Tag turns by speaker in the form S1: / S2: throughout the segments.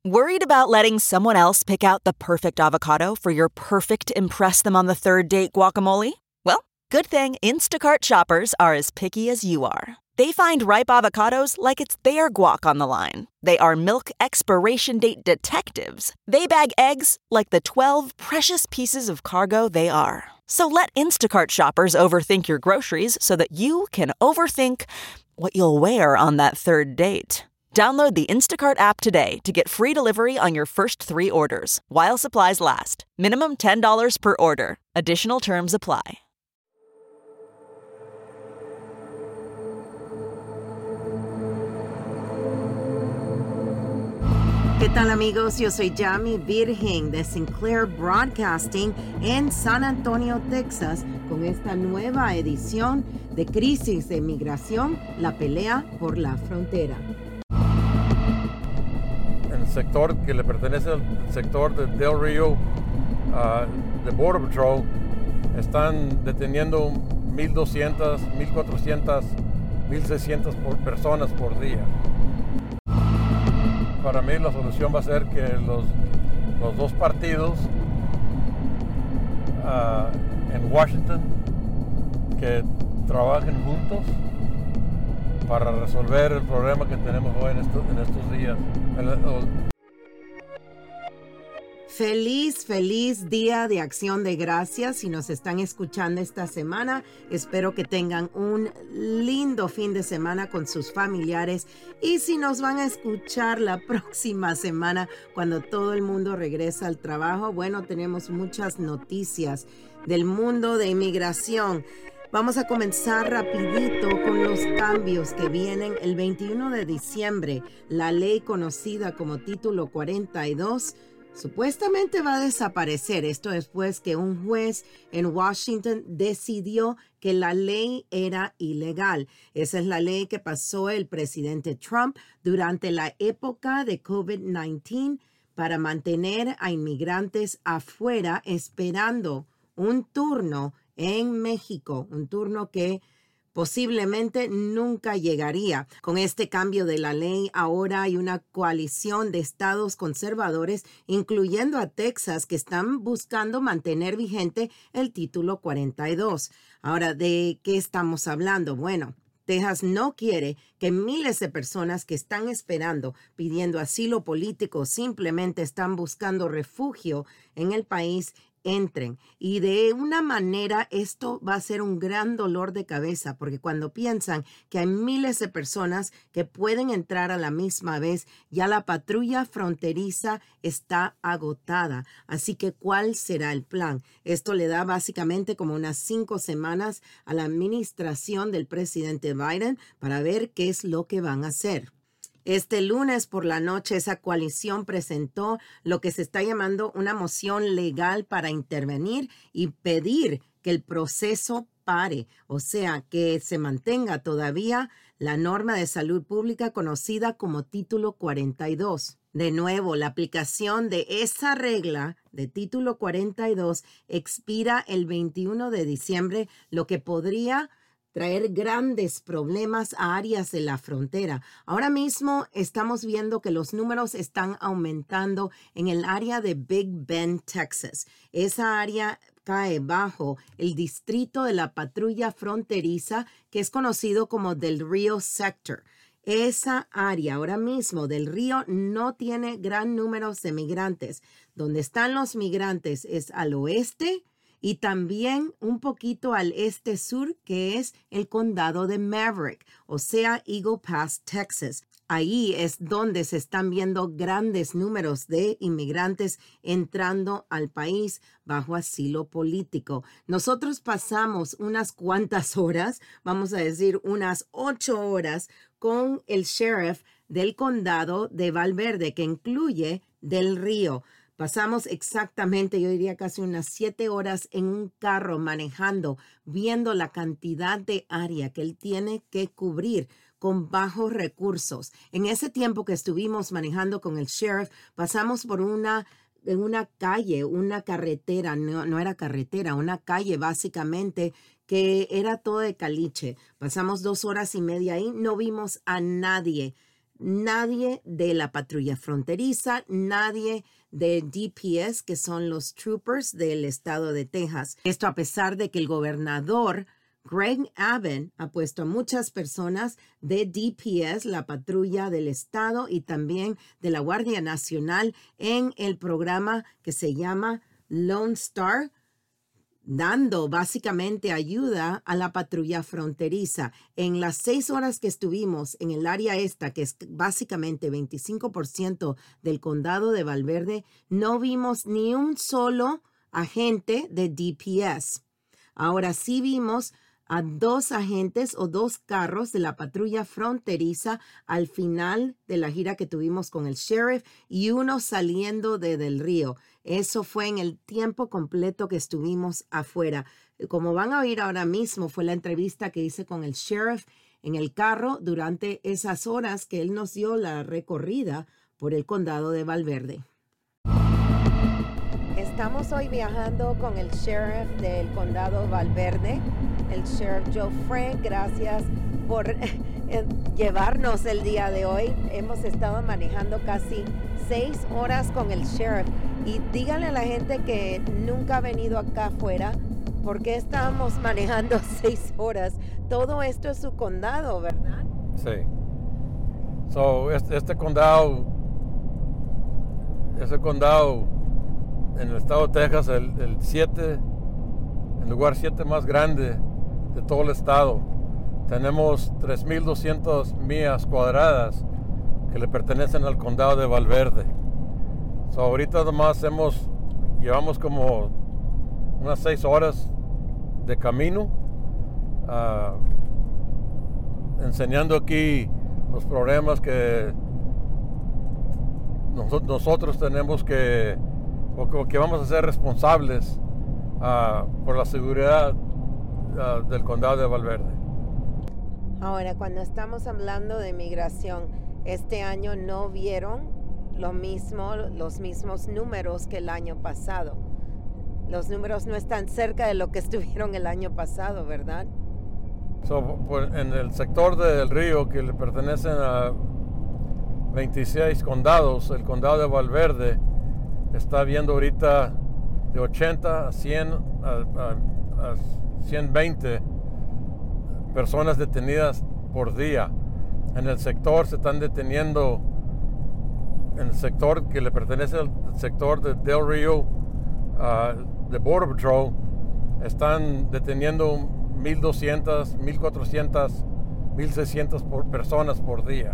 S1: Worried about letting someone else pick out the perfect avocado for your perfect impress them on the third date guacamole? Well, good thing Instacart shoppers are as picky as you are. They find ripe avocados like it's their guac on the line. They are milk expiration date detectives. They bag eggs like the 12 precious pieces of cargo they are. So let Instacart shoppers overthink your groceries so that you can overthink what you'll wear on that third date. Download the Instacart app today to get free delivery on your first 3 orders, while supplies last. Minimum $10 per order. Additional terms apply.
S2: ¿Qué tal, amigos? Yo soy Yami Virgen de Sinclair Broadcasting en San Antonio, Texas, con esta nueva edición de Crisis de Migración, la pelea por la frontera.
S3: En el sector que le pertenece al sector de Del Rio, de Border Patrol, están deteniendo 1,200, 1,400, 1,600 personas por día. Para mí la solución va a ser que los dos partidos en Washington que trabajen juntos para resolver el problema que tenemos hoy en estos días.
S2: Feliz Día de Acción de Gracias. Si nos están escuchando esta semana, espero que tengan un lindo fin de semana con sus familiares. Y si nos van a escuchar la próxima semana, cuando todo el mundo regresa al trabajo, bueno, tenemos muchas noticias del mundo de inmigración. Vamos a comenzar rapidito con los cambios que vienen el 21 de diciembre. La ley conocida como Título 42 supuestamente va a desaparecer. Esto después que un juez en Washington decidió que la ley era ilegal. Esa es la ley que pasó el presidente Trump durante la época de COVID-19 para mantener a inmigrantes afuera esperando un turno en México, un turno que posiblemente nunca llegaría. Con este cambio de la ley, ahora hay una coalición de estados conservadores, incluyendo a Texas, que están buscando mantener vigente el Título 42. Ahora, ¿de qué estamos hablando? Bueno, Texas no quiere que miles de personas que están esperando, pidiendo asilo político, simplemente están buscando refugio en el país, entren. Y de una manera esto va a ser un gran dolor de cabeza, porque cuando piensan que hay miles de personas que pueden entrar a la misma vez, ya la patrulla fronteriza está agotada. Así que, ¿cuál será el plan? Esto le da básicamente como unas 5 semanas a la administración del presidente Biden para ver qué es lo que van a hacer. Este lunes por la noche, esa coalición presentó lo que se está llamando una moción legal para intervenir y pedir que el proceso pare, o sea, que se mantenga todavía la norma de salud pública conocida como Título 42. De nuevo, la aplicación de esa regla de Título 42 expira el 21 de diciembre, lo que podría traer grandes problemas a áreas de la frontera. Ahora mismo estamos viendo que los números están aumentando en el área de Big Bend, Texas. Esa área cae bajo el distrito de la patrulla fronteriza que es conocido como Del Rio Sector. Esa área ahora mismo del río no tiene gran número de migrantes. Donde están los migrantes es al oeste y también un poquito al este-sur, que es el condado de Maverick, o sea, Eagle Pass, Texas. Ahí es donde se están viendo grandes números de inmigrantes entrando al país bajo asilo político. Nosotros pasamos unas cuantas horas, vamos a decir unas 8 horas, con el sheriff del condado de Valverde, que incluye Del Río. Pasamos exactamente, yo diría casi unas 7 horas en un carro manejando, viendo la cantidad de área que él tiene que cubrir con bajos recursos. En ese tiempo que estuvimos manejando con el sheriff, pasamos por en una calle, una carretera, no era carretera, una calle básicamente que era todo de caliche. Pasamos 2 horas y media ahí, no vimos a nadie. nadie de la patrulla fronteriza, nadie de DPS, que son los troopers del estado de Texas. Esto a pesar de que el gobernador Greg Abbott ha puesto a muchas personas de DPS, la patrulla del estado, y también de la Guardia Nacional en el programa que se llama Lone Star, dando básicamente ayuda a la patrulla fronteriza. En las 6 horas que estuvimos en el área esta, que es básicamente 25% del condado de Valverde, no vimos ni un solo agente de DPS. Ahora sí vimos a 2 agentes o 2 carros de la patrulla fronteriza al final de la gira que tuvimos con el sheriff y uno saliendo de Del Río. Eso fue en el tiempo completo que estuvimos afuera. Como van a oír ahora mismo, fue la entrevista que hice con el sheriff en el carro durante esas horas que él nos dio la recorrida por el condado de Valverde. Estamos hoy viajando con el sheriff del condado Valverde, el sheriff Joe Frank. Gracias por llevarnos el día de hoy. Hemos estado manejando casi 6 horas con el sheriff. Y díganle a la gente que nunca ha venido acá afuera, ¿por qué estamos manejando 6 horas? Todo esto es su condado, ¿verdad?
S3: Sí. So, este condado es el condado en el estado de Texas, el lugar 7 más grande de todo el estado. Tenemos 3,200 millas cuadradas que le pertenecen al condado de Valverde. So, ahorita nomás llevamos como unas 6 horas de camino, enseñando aquí los problemas que nosotros tenemos que vamos a ser responsables por la seguridad del condado de Valverde.
S2: Ahora, cuando estamos hablando de migración, este año no vieron los mismos números que el año pasado. Los números no están cerca de lo que estuvieron el año pasado, ¿verdad?
S3: En el sector del río, que le pertenecen a 26 condados, el condado de Valverde está viendo ahorita de 80 a 100 a 120 personas detenidas por día. En el sector se están deteniendo, en el sector que le pertenece al sector de Del Río, de Border Patrol, están deteniendo 1,200, 1,400, 1,600 personas por día.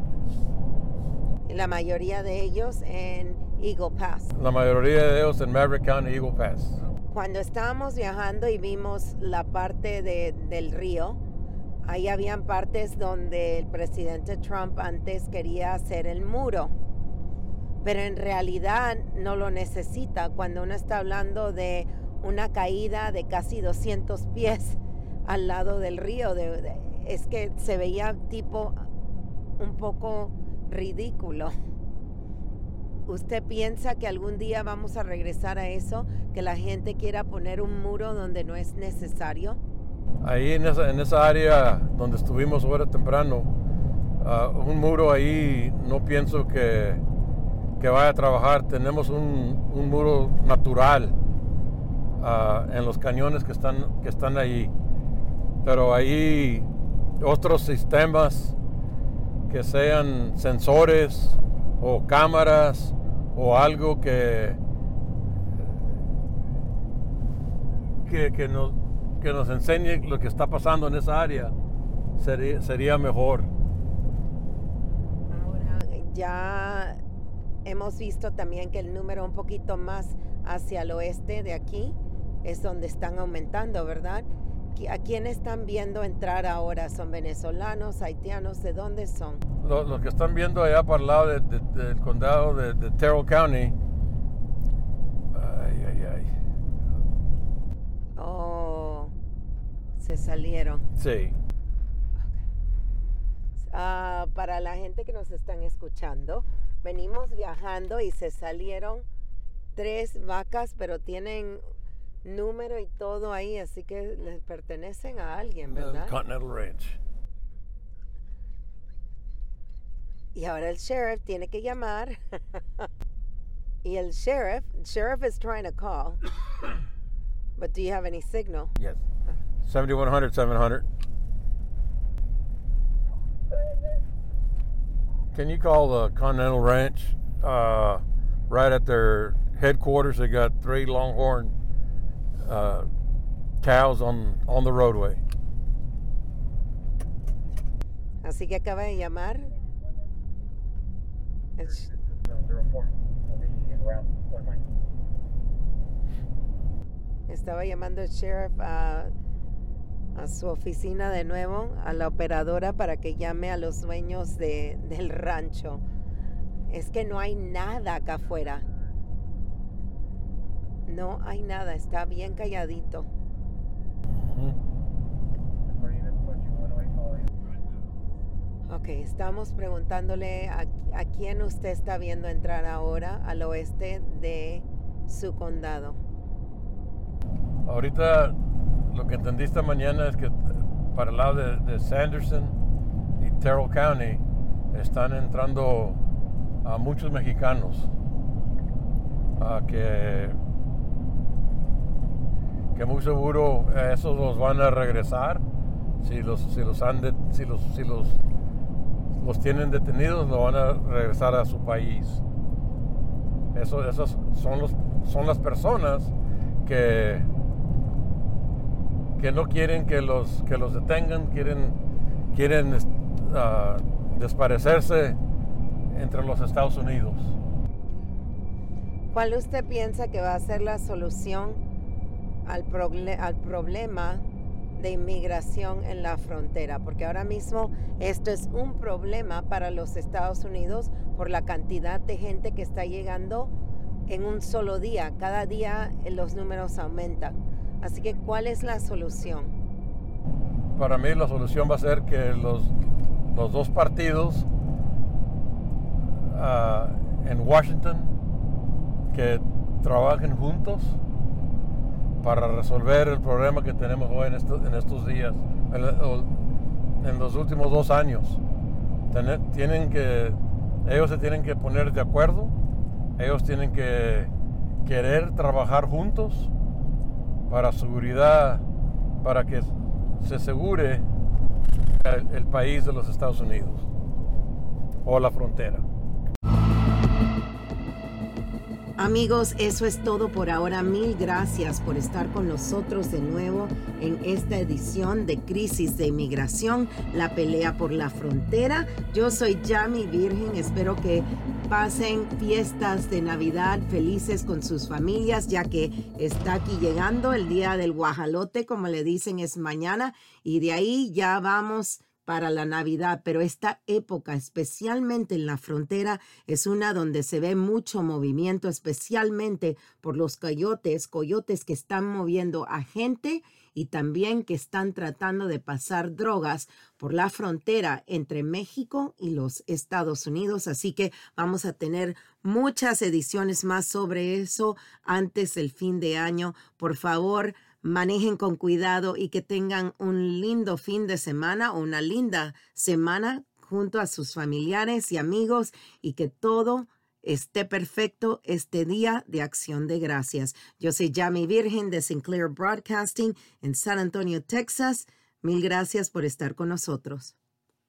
S2: La mayoría de ellos en Eagle Pass.
S3: La mayoría de ellos en Maverick County, Eagle Pass.
S2: Cuando estábamos viajando y vimos la parte del río, ahí habían partes donde el presidente Trump antes quería hacer el muro, pero en realidad no lo necesita cuando uno está hablando de una caída de casi 200 pies al lado del río. Es que se veía tipo un poco ridículo. ¿Usted piensa que algún día vamos a regresar a eso? ¿Que la gente quiera poner un muro donde no es necesario?
S3: Ahí en esa área donde estuvimos ahora temprano, un muro ahí no pienso que vaya a trabajar. Tenemos un muro natural en los cañones que están ahí. Pero ahí otros sistemas que sean sensores o cámaras o algo que nos enseñe lo que está pasando en esa área sería mejor.
S2: Ahora ya hemos visto también que el número un poquito más hacia el oeste de aquí es donde están aumentando, ¿verdad? ¿A quién están viendo entrar ahora? ¿Son venezolanos, haitianos? ¿De dónde son?
S3: Los que están viendo allá para el lado del condado de Terrell County. Ay.
S2: Oh, se salieron.
S3: Sí.
S2: Para la gente que nos están escuchando, venimos viajando y se salieron 3 vacas, pero tienen número y todo ahí, así que les pertenecen a alguien, ¿verdad?
S3: Continental Ranch.
S2: Y ahora el sheriff tiene que llamar. Y el sheriff is trying to call. But do you have any signal?
S3: Yes. 7100, 700. Can you call the Continental Ranch? Right at their headquarters, they got 3 longhorn cows on the roadway.
S2: Así que acaba de llamar. Estaba llamando el sheriff a su oficina de nuevo, a la operadora, para que llame a los dueños del rancho. Es que no hay nada acá afuera. No hay nada, está bien calladito. Ok, estamos preguntándole a quién usted está viendo entrar ahora al oeste de su condado.
S3: Ahorita lo que entendí esta mañana es que para el lado de Sanderson y Terrell County están entrando a muchos mexicanos que muy seguro esos los van a regresar si los tienen detenidos, lo van a regresar a su país. Esas son las personas que no quieren que los detengan, quieren desaparecerse entre los Estados Unidos.
S2: ¿Cuál usted piensa que va a ser la solución al problema de inmigración en la frontera? Porque ahora mismo esto es un problema para los Estados Unidos por la cantidad de gente que está llegando en un solo día. Cada día los números aumentan. Así que, ¿cuál es la solución?
S3: Para mí la solución va a ser que los dos partidos en Washington que trabajen juntos para resolver el problema que tenemos hoy en estos días, en los últimos 2 años. Ellos se tienen que poner de acuerdo, ellos tienen que querer trabajar juntos para seguridad, para que se asegure el país de los Estados Unidos o la frontera.
S2: Amigos, eso es todo por ahora. Mil gracias por estar con nosotros de nuevo en esta edición de Crisis de Inmigración, la pelea por la frontera. Yo soy Yami Virgen. Espero que pasen fiestas de Navidad felices con sus familias, ya que está aquí llegando el día del guajalote, como le dicen, es mañana, y de ahí ya vamos para la Navidad, pero esta época, especialmente en la frontera, es una donde se ve mucho movimiento, especialmente por los coyotes que están moviendo a gente y también que están tratando de pasar drogas por la frontera entre México y los Estados Unidos. Así que vamos a tener muchas ediciones más sobre eso antes del fin de año. Por favor, manejen con cuidado y que tengan un lindo fin de semana o una linda semana junto a sus familiares y amigos, y que todo esté perfecto este día de Acción de Gracias. Yo soy Yami Virgen de Sinclair Broadcasting en San Antonio, Texas. Mil gracias por estar con nosotros.